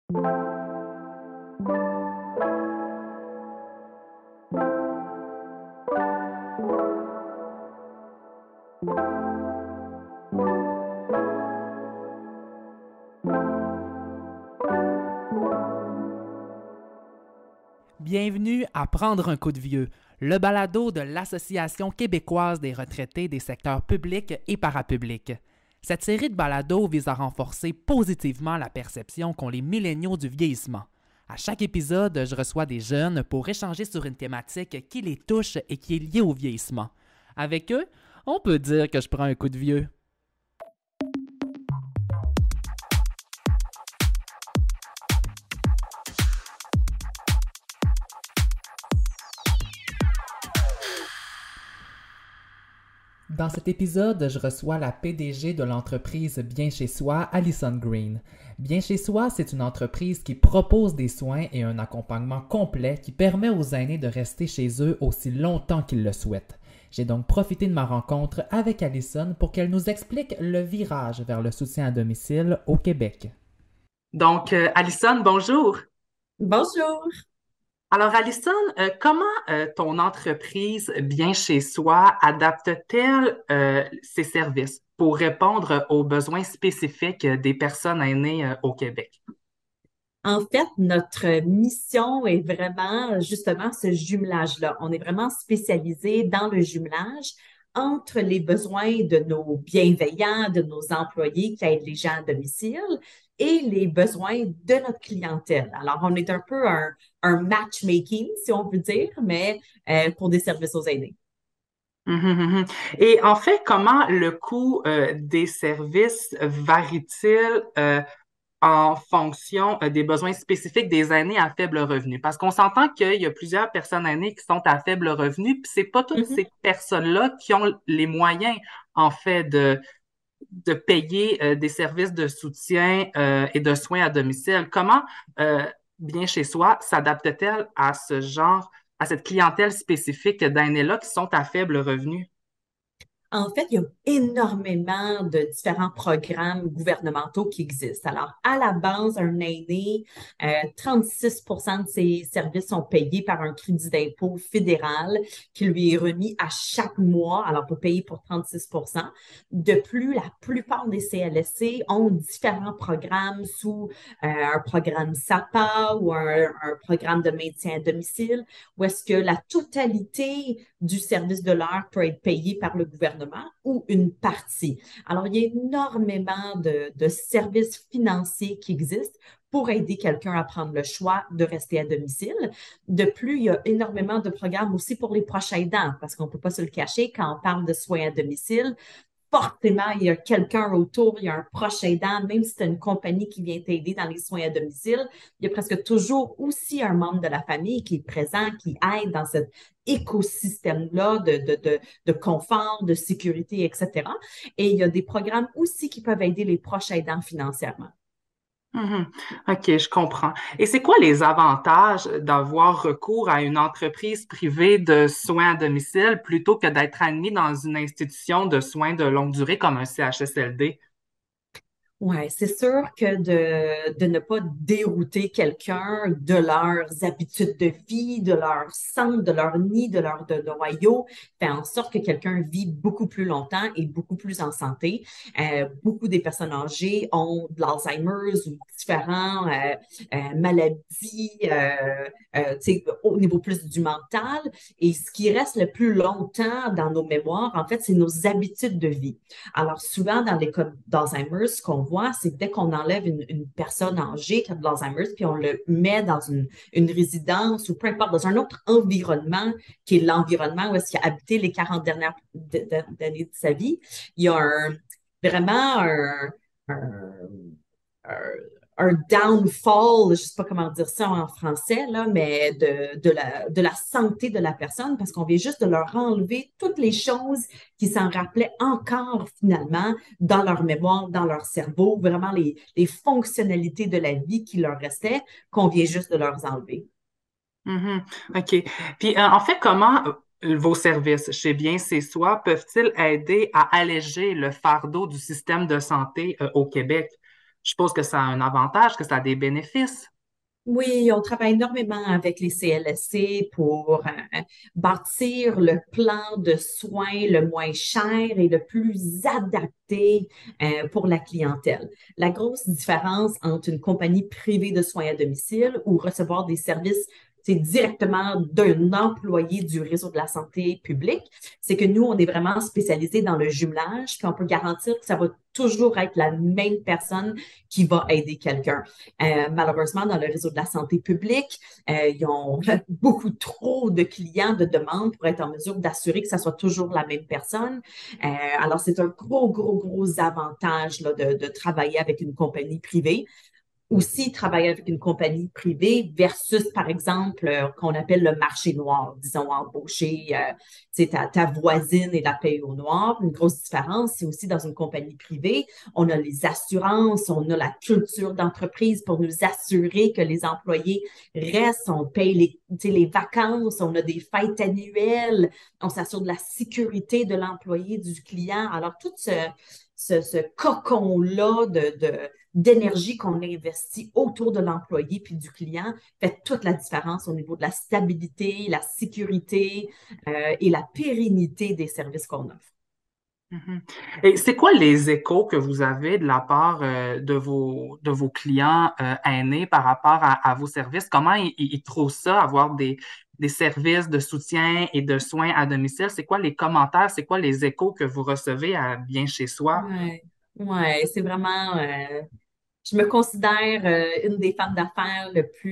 Bienvenue à Prendre un coup de vieux, le balado de l'Association québécoise des retraités des secteurs publics et parapublics. Cette série de balados vise à renforcer positivement la perception qu'ont les milléniaux du vieillissement. À chaque épisode, je reçois des jeunes pour échanger sur une thématique qui les touche et qui est liée au vieillissement. Avec eux, on peut dire que je prends un coup de vieux. Dans cet épisode, je reçois la PDG de l'entreprise Bien Chez Soi, Alison Green. Bien Chez Soi, c'est une entreprise qui propose des soins et un accompagnement complet qui permet aux aînés de rester chez eux aussi longtemps qu'ils le souhaitent. J'ai donc profité de ma rencontre avec Alison pour qu'elle nous explique le virage vers le soutien à domicile au Québec. Donc, Alison, bonjour. Bonjour. Alors, Alison, comment ton entreprise Bien Chez Soi adapte-t-elle ses services pour répondre aux besoins spécifiques des personnes aînées au Québec? En fait, notre mission est vraiment justement ce jumelage-là. On est vraiment spécialisé dans le jumelage entre les besoins de nos bienveillants, de nos employés qui aident les gens à domicile et les besoins de notre clientèle. Alors, on est un peu un matchmaking, si on veut dire, mais pour des services aux aînés. Mhm, mhm. Et en fait, comment le coût des services varie-t-il en fonction des besoins spécifiques des aînés à faible revenu? Parce qu'on s'entend qu'il y a plusieurs personnes aînées qui sont à faible revenu, puis c'est pas toutes Mhm. ces personnes-là qui ont les moyens, en fait, de payer des services de soutien et de soins à domicile. Comment euh, Bien Chez Soi s'adapte-t-elle à ce genre, à cette clientèle spécifique d'aînés-là qui sont à faible revenu? En fait, il y a énormément de différents programmes gouvernementaux qui existent. Alors, à la base, un aîné, 36% de ses services sont payés par un crédit d'impôt fédéral qui lui est remis à chaque mois. Alors, on peut payer pour 36%. De plus, la plupart des CLSC ont différents programmes sous un programme SAPA ou un programme de maintien à domicile, où est-ce que la totalité du service de l'heure peut être payé par le gouvernement ou une partie. Alors, il y a énormément de services financiers qui existent pour aider quelqu'un à prendre le choix de rester à domicile. De plus, il y a énormément de programmes aussi pour les proches aidants, parce qu'on ne peut pas se le cacher, quand on parle de soins à domicile, forcément, il y a quelqu'un autour, il y a un proche aidant, même si c'est une compagnie qui vient t'aider dans les soins à domicile, il y a presque toujours aussi un membre de la famille qui est présent, qui aide dans cet écosystème-là de confort, de sécurité, etc. Et il y a des programmes aussi qui peuvent aider les proches aidants financièrement. Mhm. OK, je comprends. Et c'est quoi les avantages d'avoir recours à une entreprise privée de soins à domicile plutôt que d'être admis dans une institution de soins de longue durée comme un CHSLD? Ouais, c'est sûr que de ne pas dérouter quelqu'un de leurs habitudes de vie, de leur centre, de leur nid, de noyau, fait en sorte que quelqu'un vit beaucoup plus longtemps et beaucoup plus en santé. Beaucoup des personnes âgées ont de l'Alzheimer's ou différents maladies tu sais, au niveau plus du mental. Et ce qui reste le plus longtemps dans nos mémoires, en fait, c'est nos habitudes de vie. Alors, souvent, dans les cas d'Alzheimer, ce qu'on voit, c'est que dès qu'on enlève une personne âgée qui a de l'Alzheimer, puis on le met dans une résidence ou peu importe, dans un autre environnement qui est l'environnement où est-ce qu'il a habité les 40 dernières années de sa vie, il y a vraiment un, un, un downfall, je ne sais pas comment dire ça en français, là, mais de la santé de la personne parce qu'on vient juste de leur enlever toutes les choses qui s'en rappelaient encore finalement dans leur mémoire, dans leur cerveau, vraiment les fonctionnalités de la vie qui leur restaient, qu'on vient juste de leur enlever. Mhm. OK. Puis, en fait, comment vos services chez Bien C'est Soi peuvent-ils aider à alléger le fardeau du système de santé au Québec? Je suppose que ça a un avantage, que ça a des bénéfices. Oui, on travaille énormément avec les CLSC pour bâtir le plan de soins le moins cher et le plus adapté pour la clientèle. La grosse différence entre une compagnie privée de soins à domicile ou recevoir des services c'est directement d'un employé du réseau de la santé publique, c'est que nous, on est vraiment spécialisé dans le jumelage, puis on peut garantir que ça va toujours être la même personne qui va aider quelqu'un. Malheureusement, dans le réseau de la santé publique, ils ont beaucoup trop de clients, de demandes pour être en mesure d'assurer que ça soit toujours la même personne. Alors, c'est un gros avantage là, de travailler avec une compagnie privée aussi travailler avec une compagnie privée versus, par exemple, qu'on appelle le marché noir, disons, embaucher ta voisine et la paye au noir. Une grosse différence, c'est aussi dans une compagnie privée, on a les assurances, on a la culture d'entreprise pour nous assurer que les employés restent, on paye les vacances, on a des fêtes annuelles, on s'assure de la sécurité de l'employé, du client. Alors, tout ce cocon-là d'énergie qu'on investit autour de l'employé puis du client fait toute la différence au niveau de la stabilité, la sécurité et la pérennité des services qu'on offre. Mhm. Et c'est quoi les échos que vous avez de la part de vos clients aînés par rapport à vos services? Comment ils trouvent ça, avoir des services de soutien et de soins à domicile? C'est quoi les commentaires? C'est quoi les échos que vous recevez à Bien chez soi? Ouais, ouais, c'est vraiment je me considère une des femmes d'affaires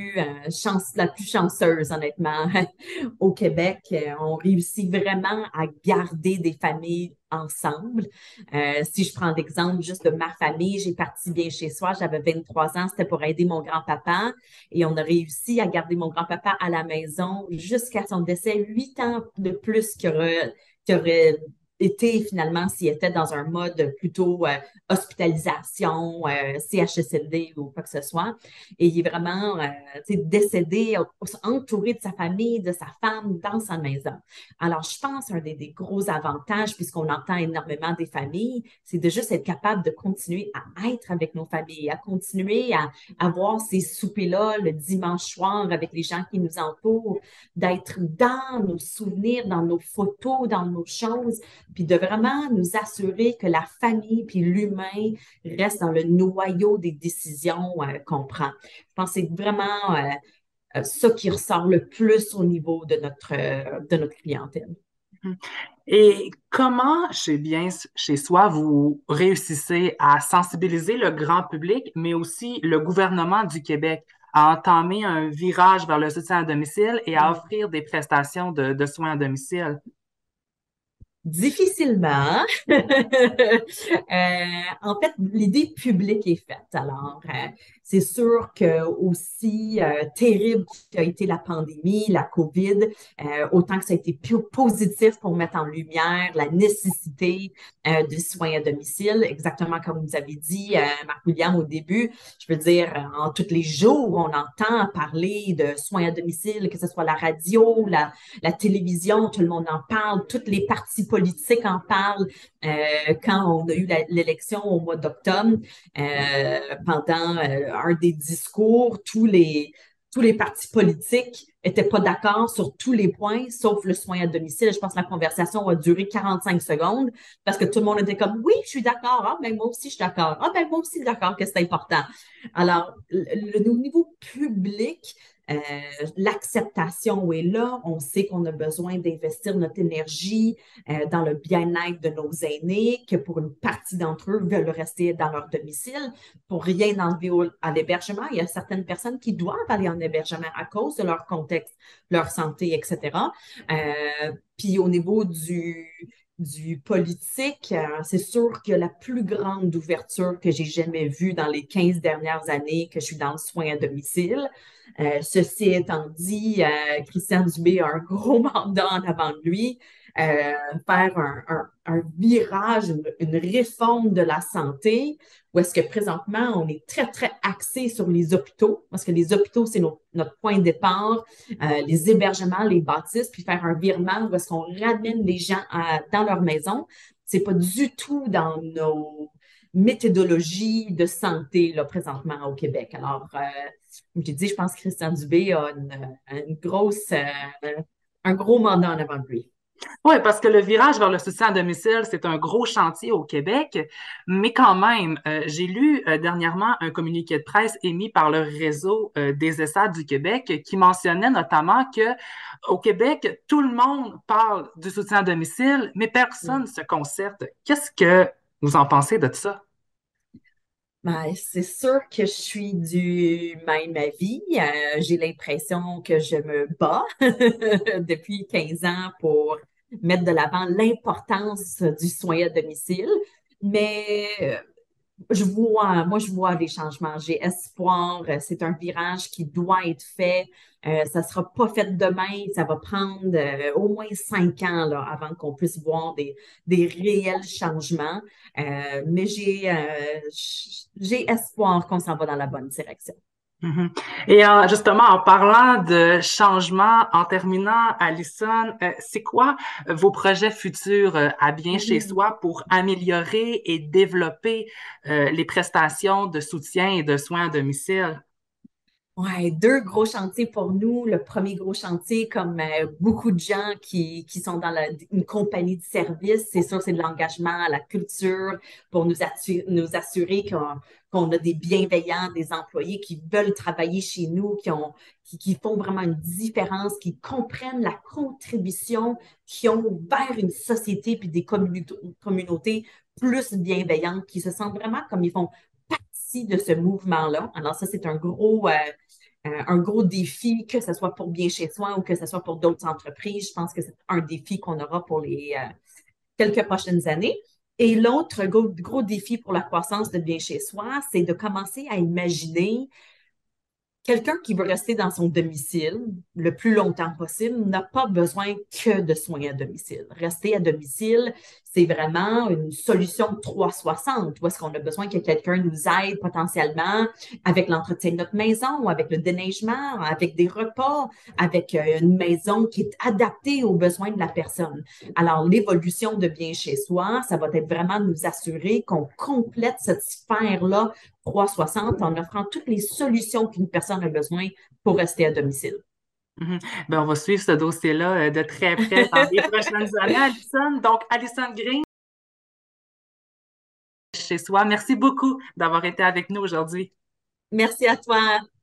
la plus chanceuse, honnêtement, au Québec. On réussit vraiment à garder des familles ensemble. Si je prends l'exemple juste de ma famille, j'ai parti bien chez soi, j'avais 23 ans, c'était pour aider mon grand-papa et on a réussi à garder mon grand-papa à la maison jusqu'à son décès, 8 ans de plus qu'il aurait été finalement s'il était dans un mode plutôt hospitalisation, CHSLD ou quoi que ce soit. Et il est vraiment décédé, entouré de sa famille, de sa femme, dans sa maison. Alors, je pense un des gros avantages, puisqu'on entend énormément des familles, c'est de juste être capable de continuer à être avec nos familles, à continuer à avoir ces soupers-là le dimanche soir avec les gens qui nous entourent, d'être dans nos souvenirs, dans nos photos, dans nos choses, puis de vraiment nous assurer que la famille puis l'humain reste dans le noyau des décisions qu'on prend. Je pense que c'est vraiment ça qui ressort le plus au niveau de notre clientèle. Mhm. Et comment, chez soi, vous réussissez à sensibiliser le grand public, mais aussi le gouvernement du Québec à entamer un virage vers le soutien à domicile et à offrir des prestations de soins à domicile? Difficilement. En fait, l'idée publique est faite. Alors, c'est sûr que aussi terrible qu'a été la pandémie, la COVID, autant que ça a été positif pour mettre en lumière la nécessité de soins à domicile, exactement comme vous avez dit, Marc-William, au début. Je veux dire, en tous les jours, on entend parler de soins à domicile, que ce soit la radio, la télévision, tout le monde en parle, toutes les partis politiques en parlent. Quand on a eu l'élection au mois d'octobre, pendant un des discours, tous les partis politiques étaient pas d'accord sur tous les points, sauf le soin à domicile. Je pense que la conversation a duré 45 secondes parce que tout le monde était comme, oui, je suis d'accord. Ah, ben moi aussi, je suis d'accord. Ah, ben moi aussi, d'accord que c'est important. Alors, au niveau public, euh, l'acceptation est là. On sait qu'on a besoin d'investir notre énergie dans le bien-être de nos aînés, que pour une partie d'entre eux veulent rester dans leur domicile pour rien enlever à l'hébergement. Il y a certaines personnes qui doivent aller en hébergement à cause de leur contexte, leur santé, etc. Puis au niveau du politique, c'est sûr que la plus grande ouverture que j'ai jamais vue dans les 15 dernières années que je suis dans le soin à domicile. Ceci étant dit, Christian Dubé a un gros mandat en avant de lui. Faire un virage, une réforme de la santé, où est-ce que présentement, on est très axé sur les hôpitaux, parce que les hôpitaux, c'est notre point de départ, les hébergements, les bâtisses, puis faire un virement où est-ce qu'on ramène les gens dans leur maison. C'est pas du tout méthodologie de santé là, présentement au Québec. Alors, comme j'ai dit, je pense que Christian Dubé a une grosse, un gros mandat en avant de lui. Oui, parce que le virage vers le soutien à domicile, c'est un gros chantier au Québec, mais quand même, j'ai lu dernièrement un communiqué de presse émis par le réseau des ESAT du Québec qui mentionnait notamment que au Québec, tout le monde parle du soutien à domicile, mais personne ne se concerte. Qu'est-ce que vous en pensez de ça? Ben, c'est sûr que je suis du même avis. J'ai l'impression que je me bats depuis 15 ans pour mettre de l'avant l'importance du soin à domicile. Mais je vois des changements. J'ai espoir. C'est un virage qui doit être fait. Ça sera pas fait demain. Ça va prendre au moins 5 ans là, avant qu'on puisse voir des réels changements. Mais j'ai espoir qu'on s'en va dans la bonne direction. Mhm. Et justement, en parlant de changement, en terminant, Alison, c'est quoi vos projets futurs à Bien chez Mhm. soi pour améliorer et développer les prestations de soutien et de soins à domicile? Ouais, deux gros chantiers pour nous. Le premier gros chantier, comme beaucoup de gens qui sont dans une compagnie de service, c'est sûr, c'est de l'engagement, la culture pour nous assurer qu'on a des bienveillants, des employés qui veulent travailler chez nous, qui font vraiment une différence, qui comprennent la contribution qu'ils ont vers une société puis des communautés plus bienveillantes, qui se sentent vraiment comme ils font partie de ce mouvement-là. Alors ça, c'est un gros défi, que ce soit pour Bien chez soi ou que ce soit pour d'autres entreprises. Je pense que c'est un défi qu'on aura pour les quelques prochaines années. Et l'autre gros défi pour la croissance de Bien chez soi, c'est de commencer à imaginer quelqu'un qui veut rester dans son domicile le plus longtemps possible n'a pas besoin que de soins à domicile. Rester à domicile, c'est vraiment une solution 360 où est-ce qu'on a besoin que quelqu'un nous aide potentiellement avec l'entretien de notre maison, avec le déneigement, avec des repas, avec une maison qui est adaptée aux besoins de la personne. Alors, l'évolution de Bien chez soi, ça va être vraiment de nous assurer qu'on complète cette sphère-là 360 en offrant toutes les solutions qu'une personne a besoin pour rester à domicile. Mhm. Ben, on va suivre ce dossier-là de très près dans les prochaines années, Alison. Donc, Alison Green, chez soi, merci beaucoup d'avoir été avec nous aujourd'hui. Merci à toi.